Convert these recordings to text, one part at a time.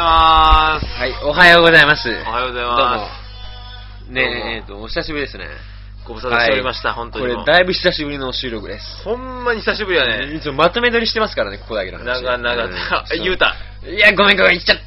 ます。 はい、おはようございます。 おはようございます。 どうも。ねえ、お久しぶりですね。 ご無沙汰しておりました、本当に。 これ、だいぶ久しぶりの収録です。 ほんまに久しぶりやね。 いつもまとめ撮りしてますからね、ここだけの話。 言うた。 いや、ごめん、言っちゃった。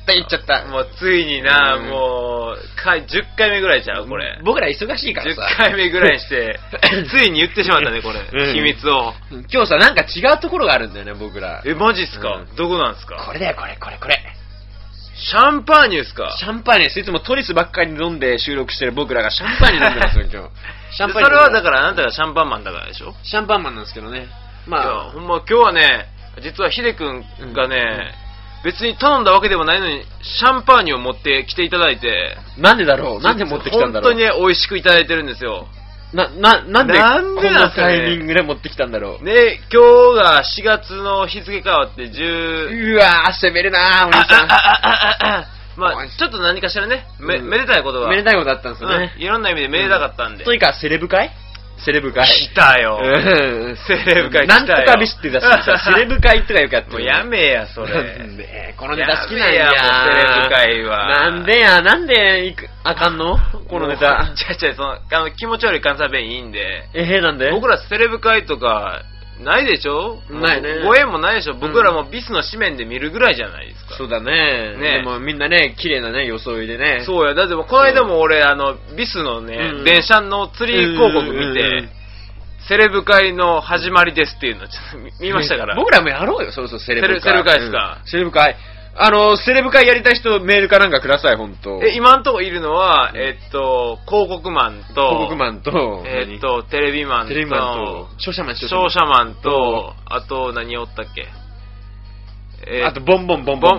もうついにな、もう、10回目ぐらいちゃう、これ。 僕ら忙しいからさ。 10回目ぐらいにして、ついに言ってしまったね、これ。秘密を。 今日さ、なんか違うところがあるんだよね、僕ら。 マジっすか？どこなんすか？ これだよ、これ。 シャンパーニュですか？ シャンパーニュです。いつもトリスばっかり飲んで収録してる僕らがシャンパーニュ飲んでますよ、今日。 シャンパーニュ。それはだからあなたがシャンパンマンだからでしょ？ シャンパンマンなんですけどね。 まあ、ほんま今日はね、実はヒデ君がね、別に頼んだわけでもないのに、シャンパーニュを持ってきていただいて。 なんでだろう？なんで持ってきたんだろう？ 本当にね、美味しくいただいてるんですよ。 なんでこのタイミングで持ってきたんだろう。 ね、今日が4月の日付変わってうわぁ、攻めるなぁ、お兄さん。 まあちょっっと何かしらね、めでたいことが。 めでたいことだったんですよね。 いろんな意味でめでたかったんで。 とにかくセレブ会来たよ。セレブ会来たよ。 なんとかビシって出してさ、セレブ会とかよくやってる。 もうやめや、それ。 このネタ好きなんや。 もうセレブ会は。 なんであかんのこのネタ。 気持ち悪い関西弁いいんで。 なんで僕らセレブ会とか、ないでしょ？ ないね。 ご縁もないでしょ？僕らもビスの紙面で見るぐらいじゃないですか。 そうだね。でもみんなね、綺麗なね、装いでね。 そうや、だってこの間も俺、ビスのね、電車のツリー広告見て、セレブ会の始まりですっていうのをちょっと見ましたから。 僕らもやろうよ、そうセレブ会。 セレブ会ですか？ セレブ会。セレブ会やりたい人メールかなんかください、ほんと。 今んとこいるのは、広告マンと、テレビマンと、 商社マンと、あと何おったっけ？ あと、ボンボン。こん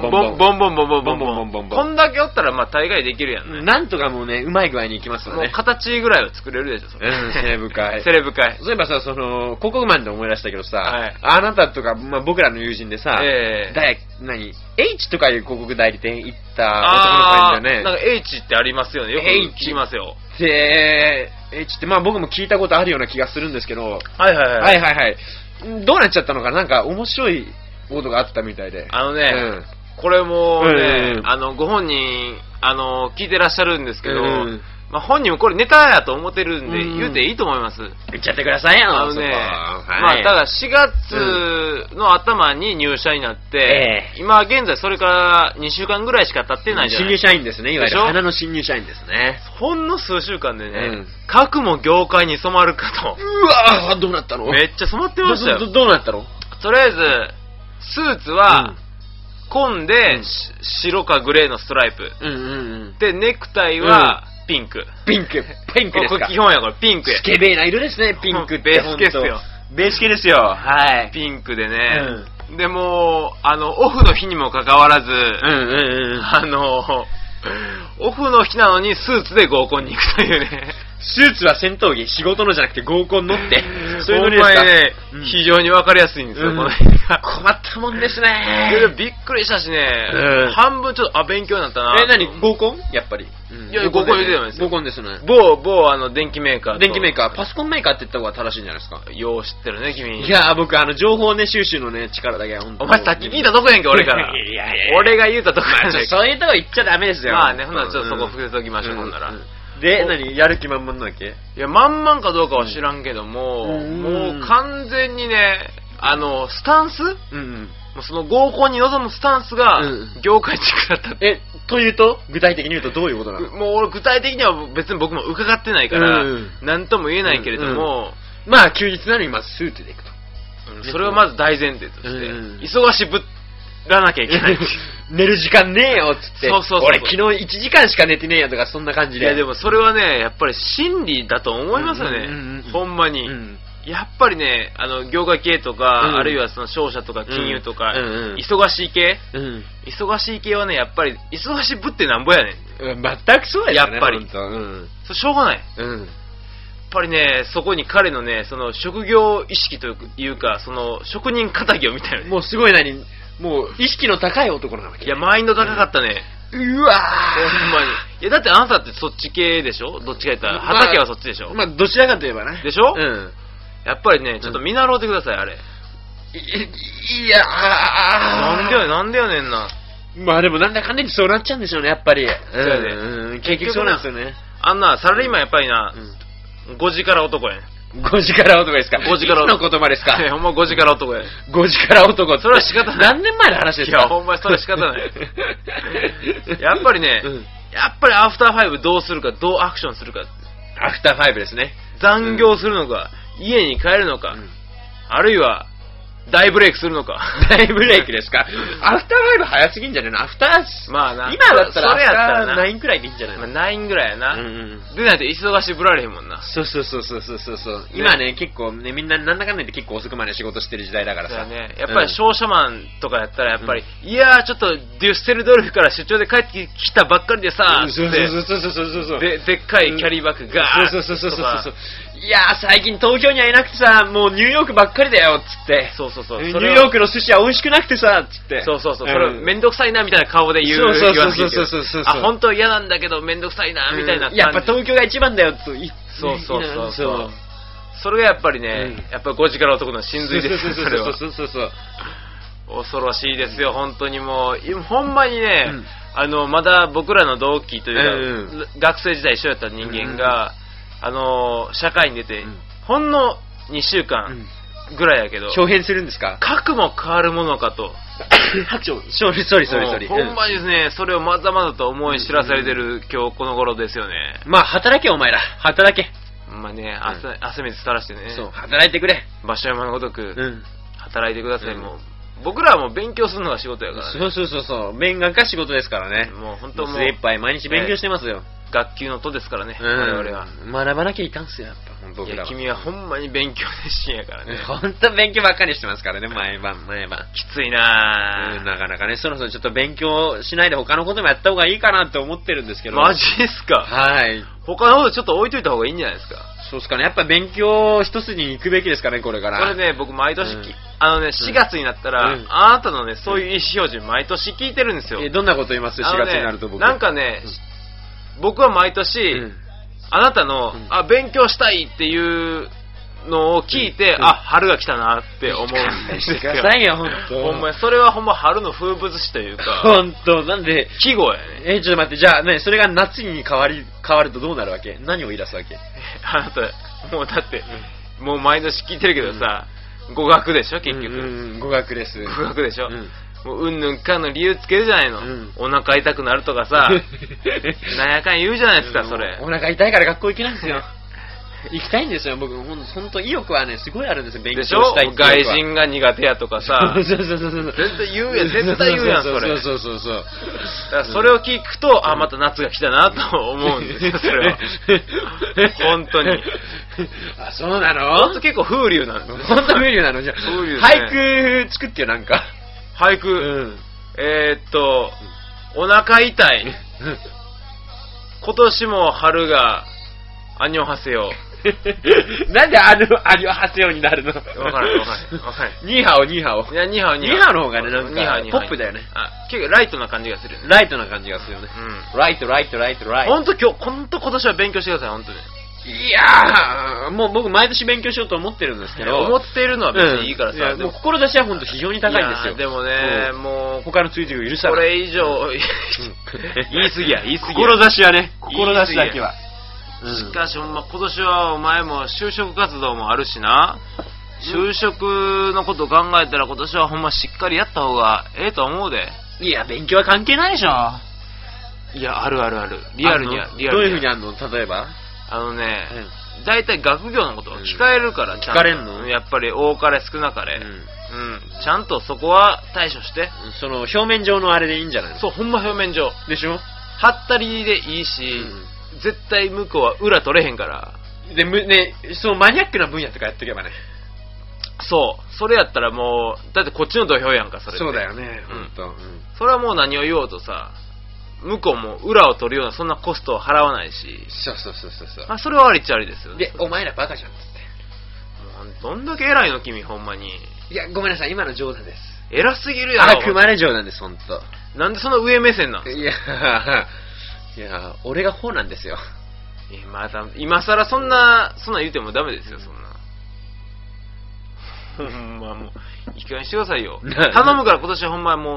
だけおったら、まあ、大概できるやんね。 なんとかもうね、うまい具合にいきますよね。 もう形ぐらいは作れるでしょ、それ。 セレブ会。 セレブ会。 そういえばさ、広告マンで思い出したけどさ、あなたとか、まあ、僕らの友人でさ、H とかいう広告代理店行った男の子いるんだよね。 なんか H ってありますよね。よく聞きますよ。 で、H って、まあ僕も聞いたことあるような気がするんですけど、はい。どうなっちゃったのかなんか面白いことがあったみたいで。 これもね、ご本人、聞いてらっしゃるんですけど、まあ本人もこれネタやと思ってるんで、言うていいと思います。 言っちゃってくださいよ。 まあただ4月の頭に入社になって、今現在それから2週間ぐらいしか経ってないじゃないですか。 新入社員ですね、いわゆる花の新入社員ですね。 ほんの数週間でね、核も業界に染まるかと。 うわぁ、どうなったの？ めっちゃ染まってましたよ。 どうなったの？ とりあえず、スーツは、紺で、白かグレーのストライプ。で、ネクタイは、ピンク。 ピンクですか？ 基本や、これ、ピンクや。 スケベーな色ですね、ピンクって。 ベースケですよ。 ベースケですよ。はい。 ピンクでね。でも、オフの日にもかかわらず、オフの日なのにスーツで合コンに行くというね。 スーツは戦闘着、仕事のじゃなくて合コンのって。そういうのですか？ ね、非常にわかりやすいんですよ、この辺が。困ったもんですね。 びっくりしたしね、半分ちょっと、勉強になったな。 何合コン？やっぱり。 いや、合コン言うてないですよ。 合コンですね。 某、電機メーカー。 パソコンメーカーって言った方が正しいんじゃないですか。 よう知ってるね、君。 いや、僕、情報ね、収集のね、力だけは本当に。 お前さっき聞いたとこやんけ、俺から。俺が言うたとこやんけ。 そういうとこ言っちゃダメですよ。 まあね、ほんならちょっとそこ触れときましょう、ほんなら。 で、やる気満々なんだっけ？ いや、満々かどうかは知らんけども、もう完全にね、スタンス？もうその合コンに臨むスタンスが、業界チックだった。 というと具体的に言うとどういうことなの？ もう俺具体的には別に僕も伺ってないから、なんとも言えないけれども、 まあ休日なのにまずスーツで行くと。 それはまず大前提として、忙しぶらなきゃいけない。 寝る時間ねえよっつって。俺昨日1時間しか寝てねえよとかそんな感じで。 いやでもそれはね、やっぱり真理だと思いますよね。ほんまに。やっぱりね、業界系とか、あるいはその商社とか金融とか、忙しい系、忙しい系はね、やっぱり、忙しぶってなんぼやねん。 全くそうやね。 やっぱり。そしょうがない。やっぱりね、そこに彼のね、その職業意識というか、その職人仇を見たよね。 もうすごいもう意識の高い男なわけ。 いや、マインド高かったね。 うわぁ。ほんまに。いや、だってあなたってそっち系でしょ？どっちか言ったら。畑はそっちでしょ？ まあ、どちらかといえばね。 でしょ？やっぱりね、ちょっと見習うてください、あれ。 いやなんでやねんな。 まあでもなんだかんだにそうなっちゃうんでしょうね、やっぱり。結局そうなんですよね。 あんな、サラリーマンやっぱりな、5時から男やね。 5時から男ですか。 5時から男。 いつの言葉ですか。 ほんま5時から男や。 5時から男って。 それは仕方ない。 何年前の話ですか。 いや、ほんまにそれは仕方ない。やっぱりね、やっぱりアフター5どうするか、どうアクションするか。 アフター5ですね。 残業するのか、家に帰るのか、あるいは、大ブレイクするのか。 大ブレイクですか。アフター5早すぎんじゃねえの。アフター、 まあな。 今だったら、それやったら9くらいでいいんじゃないの。 まあ9ぐらいやな。でないと忙しぶられへんもんな。 そう。今ね、結構ね、みんななんだかんだで結構遅くまで仕事してる時代だからさ。 ね。やっぱり商社マンとかやったらやっぱり、いやーちょっとデュッセルドルフから出張で帰ってきたばっかりでさ、 そう。 でっかいキャリーバッグガーッそう。いやー最近東京にはいなくてさ、もうニューヨークばっかりだよっつって。 そう。 ニューヨークの寿司は美味しくなくてさ、つって。 そう。それめんどくさいなみたいな顔で言う。 そう。 あ、本当は嫌なんだけどめんどくさいなみたいな。 やっぱ東京が一番だよと言って。 そう。それがやっぱりね、やっぱ5時から男の真髄です。それは。恐ろしいですよ、本当にもう。ほんまにね、まだ僕らの同期というか、学生時代一緒やった人間が、社会に出て、ほんの2週間ぐらいやけど、 表変するんですか。 核も変わるものかと。 ソリ。 ほんまにですね、それをまざまざと思い知らされてる今日この頃ですよね。 まあ、働けお前ら。働け。 まあね、汗水垂らしてね。 そう、働いてくれ。 場所山のごとく、働いてください。もう僕らはもう勉強するのが仕事やからね。 そう。勉学が仕事ですからね。 もう本当もう。 精一杯毎日勉強してますよ。 学級の徒ですからね、我々は。 学ばなきゃいかんすよ、やっぱ。 いや、君はほんまに勉強熱心やからね。 本当勉強ばっかりしてますからね、毎晩。 きついなぁ。なかなかね、そろそろちょっと勉強しないで他のこともやった方がいいかなって思ってるんですけど。 マジっすか。 はい。 他のことちょっと置いといた方がいいんじゃないですか。 そうっすかね。やっぱ勉強一筋に行くべきですかね、これから。 これね、僕毎年、4月になったら、あなたのね、そういう意思表示毎年聞いてるんですよ。 どんなこと言います ?4 月になると僕。 なんかね、僕は毎年、あなたの、勉強したいっていうのを聞いて、春が来たなって思うんですよ。 してくださいよ、ほんと。 ほんまそれはほんま春の風物詩というか。 ほんと、なんで。 季語やね。 ちょっと待って、じゃあね、それが夏に変わるとどうなるわけ？何を言い出すわけ？ あなた、もうだって、もう毎年聞いてるけどさ、語学でしょ、結局。 語学です。 語学でしょ。もううんぬんかんの理由つけるじゃないの。お腹痛くなるとかさ、なんやかん言うじゃないですか、それ。 お腹痛いから学校行けないんですよ。行きたいんですよ、僕。ほんと意欲はね、すごいあるんですよ、勉強したいって。 外人が苦手やとかさ。 そう。 絶対言うやん、それ。 そう。 だからそれを聞くと、また夏が来たなと思うんですよ、それは。本当に。 そうなの？ ほんと結構風流なんですよ。 ほんと風流なの？じゃあ、俳句作ってよ、なんか。 俳句。お腹痛い。今年も春が、アニョハセヨ。 なんでアニョハセヨになるの？わかる。 ニーハオ。いや、 ニーハオの方がね、なんか、ポップだよね。 結構ライトな感じがするよね。 ライトな感じがするよね。ライト。 ほんと今年は勉強してください、ほんとに。 いやー、もう僕毎年勉強しようと思ってるんですけど。 思っているのは別にいいからさ。 もう志はほんと非常に高いんですよ。 でもね、もう、 他のツイートが許さない。 これ以上、言い過ぎや。 志はね、志だけは。 しかしほんま今年はお前も就職活動もあるしな。就職のこと考えたら今年はほんましっかりやった方がええと思うで。 いや、勉強は関係ないでしょ。 いや、ある。リアルに。 どういう風にあんの？例えば？ だいたい学業のことを聞かれるから、 聞かれんの？ やっぱり多かれ少なかれ。ちゃんとそこは対処して。 その表面上のあれでいいんじゃないの？ そう、ほんま表面上。 でしょ？ はったりでいいし、絶対向こうは裏取れへんから。 で、ね、そのマニアックな分野とかやっていけばね。 そう。それやったらもう、だってこっちの土俵やんか、それ。 そうだよね、ほんと。 それはもう何を言おうとさ、向こうも裏を取るようなそんなコストを払わないし。 そう。 それはありっちゃありですよね。 で、お前らバカじゃんっつって。 どんだけ偉いの君、ほんまに。 いや、ごめんなさい、今の冗談です。 偉すぎるやろ。 あくまで冗談です、ほんと。 なんでそんな上目線なん？ いや、俺が方なんですよ。 また、今更そんな言うてもダメですよ、そんな。ほんまもう、いい加減にしてくださいよ。頼むから今年はほんまもう、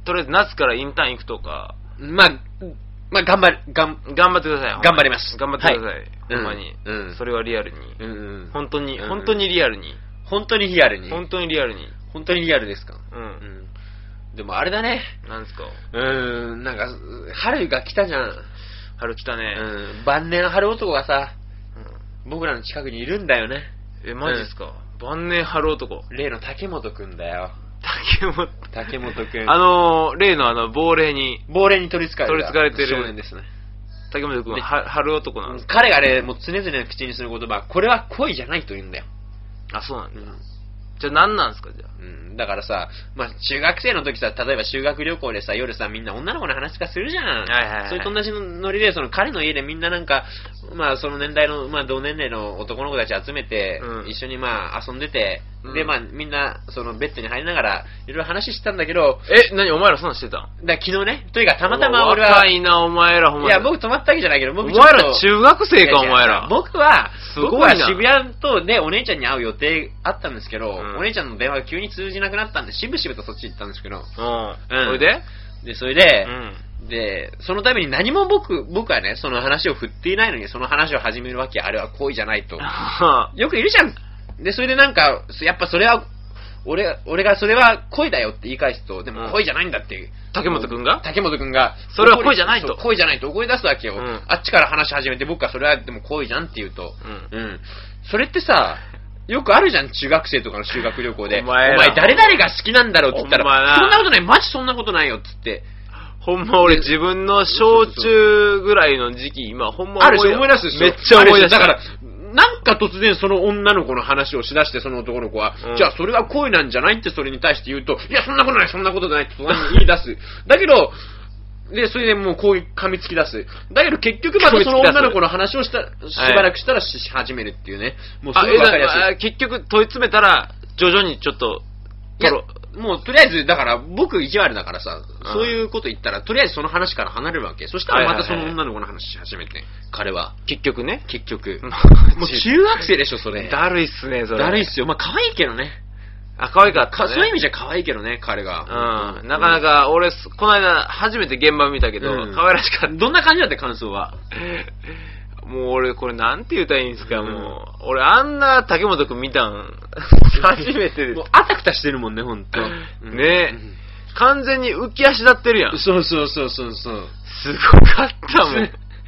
とりあえず夏からインターン行くとか。 まあ、頑張ってください。 頑張ります。 頑張ってください。ほんまに。それはリアルに。本当にリアルに。 本当にリアルに。 本当にリアルに。 本当にリアルですか？でもあれだね。 なんですか？ なんか、春が来たじゃん。 春来たね。 晩年春男がさ、僕らの近くにいるんだよね。 マジっすか？晩年春男。 例の竹本くんだよ。竹本くん。 例の亡霊に取り憑かれてる少年ですね。 竹本くんは春男なんですか？ 彼がね、もう常々口にする言葉、これは恋じゃないと言うんだよ。 あ、そうなんだ。じゃあ何なんですか、じゃあ。 だからさ、まあ中学生の時さ、例えば修学旅行でさ、夜さ、みんな女の子の話とかするじゃん。それと同じノリで、その彼の家でみんななんか、まあその年代の、まあ同年齢の男の子たち集めて、一緒にまあ遊んでて、でまあみんな、そのベッドに入りながら、いろいろ話してたんだけど、 何お前らそんなんしてたん？ だから昨日ね、というかたまたま俺は、 若いなお前らほんまに。 いや僕泊まったわけじゃないけど、僕お前ら中学生かお前ら。 僕は渋谷とでお姉ちゃんに会う予定あったんですけど、お姉ちゃんの電話が急に通じなくなったんで、しぶしぶとそっち行ったんですけど、それで、で、そのために何も僕はね、その話を振っていないのに、その話を始めるわけ、あれは恋じゃないと。よくいるじゃん。で、それでなんか、やっぱそれは、俺がそれは恋だよって言い返すと、でも恋じゃないんだっていう。 竹本くんが、 それは恋じゃないと。 恋じゃないと怒り出すわけよ。あっちから話し始めて、僕はそれはでも恋じゃんって言うと。それってさ、よくあるじゃん、中学生とかの修学旅行で。お前誰々が好きなんだろうって言ったら、そんなことない、マジそんなことないよって言って。 ほんま俺自分の小中ぐらいの時期、今ほんま思い出す。 めっちゃ思い出す。 だから、なんか突然その女の子の話をしだして、その男の子は、じゃあそれは恋なんじゃないってそれに対して言うと、いやそんなことないって言い出す。だけど、で、それでもうこう噛みつき出す。だけど結局またその女の子の話をしばらくしたらし始めるっていうね。もうすごいわかりやすい。 結局問い詰めたら、徐々にちょっと、 もうとりあえず、だから僕意地悪だからさ、そういうこと言ったら、とりあえずその話から離れるわけ。そしたらまたその女の子の話し始めて、彼は。 結局。 もう中学生でしょ、それ。 だるいっすね、それ。 だるいっすよ。まあ可愛いけどね。 可愛かったね。 そういう意味じゃ可愛いけどね、彼が。 なかなか、俺、この間初めて現場見たけど、可愛らしかった。 どんな感じだった感想は。 もう俺これなんて言ったらいいんですか、もう。俺あんな竹本くん見たん、初めてです。 もうあたふたしてるもんね、ほんと。 ね完全に浮き足立ってるやん。 そう。すごかったもん。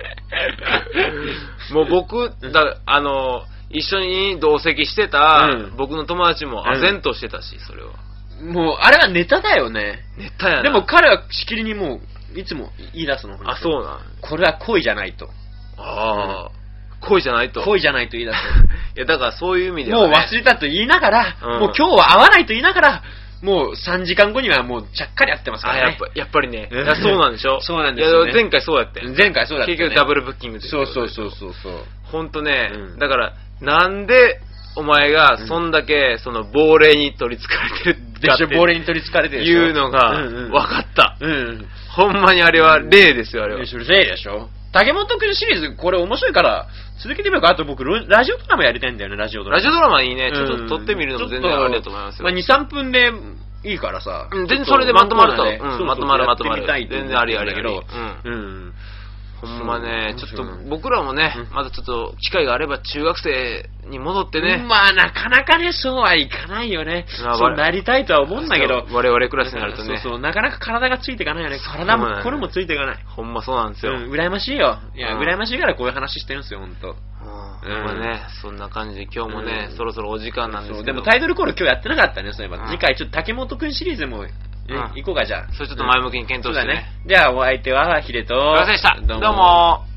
もう僕、一緒に同席してた、僕の友達も唖然としてたし、それは。 もう、あれはネタだよね。 ネタやな。 でも彼はしきりにもう、いつも言い出すの。 あ、そうなん。 これは恋じゃないと。 恋じゃないと言い出す。 いや、だからそういう意味では、 もう忘れたと言いながら、もう今日は会わないと言いながら、もう3時間後にはもうちゃっかり会ってますからね。 やっぱりね。そうなんでしょ。 そうなんですよ、ね。 前回そうやって。結局ダブルブッキングで。 そう。 ほんとね、だから、なんで、お前が、そんだけ、その、亡霊に取り憑かれてる亡霊に取り憑かれてるいうのが、分かった。ほんまにあれは、霊ですよ、あれは。 霊でしょ。竹本くんシリーズ、これ面白いから、続けてみようか。あと僕、ラジオドラマやりたいんだよね、ラジオドラマいいね。ちょっと撮ってみるのも全然ありだと思いますよ。 まあ、2、3分でいいからさ。 全然それでまとまると。まとまる。全然ありだけど。ほんまね、ちょっと僕らもね、まだちょっと機会があれば中学生に戻ってね。 まあなかなかね、そうはいかないよね。そうなりたいとは思うんだけど。 我々クラスになるとね。 そう、なかなか体がついていかないよね。体も心もついていかない。 ほんまそうなんですよ。 羨ましいよ。いや、羨ましいからこういう話してるんですよ、ほんと。 まあね、そんな感じで今日もね、そろそろお時間なんですけど。 でもタイトルコール今日やってなかったね、そういえば。次回ちょっと竹本くんシリーズも行こうか、じゃあ。 それちょっと前向きに検討してね。 じゃあお相手はヒデと。 よろしくでした。どうも。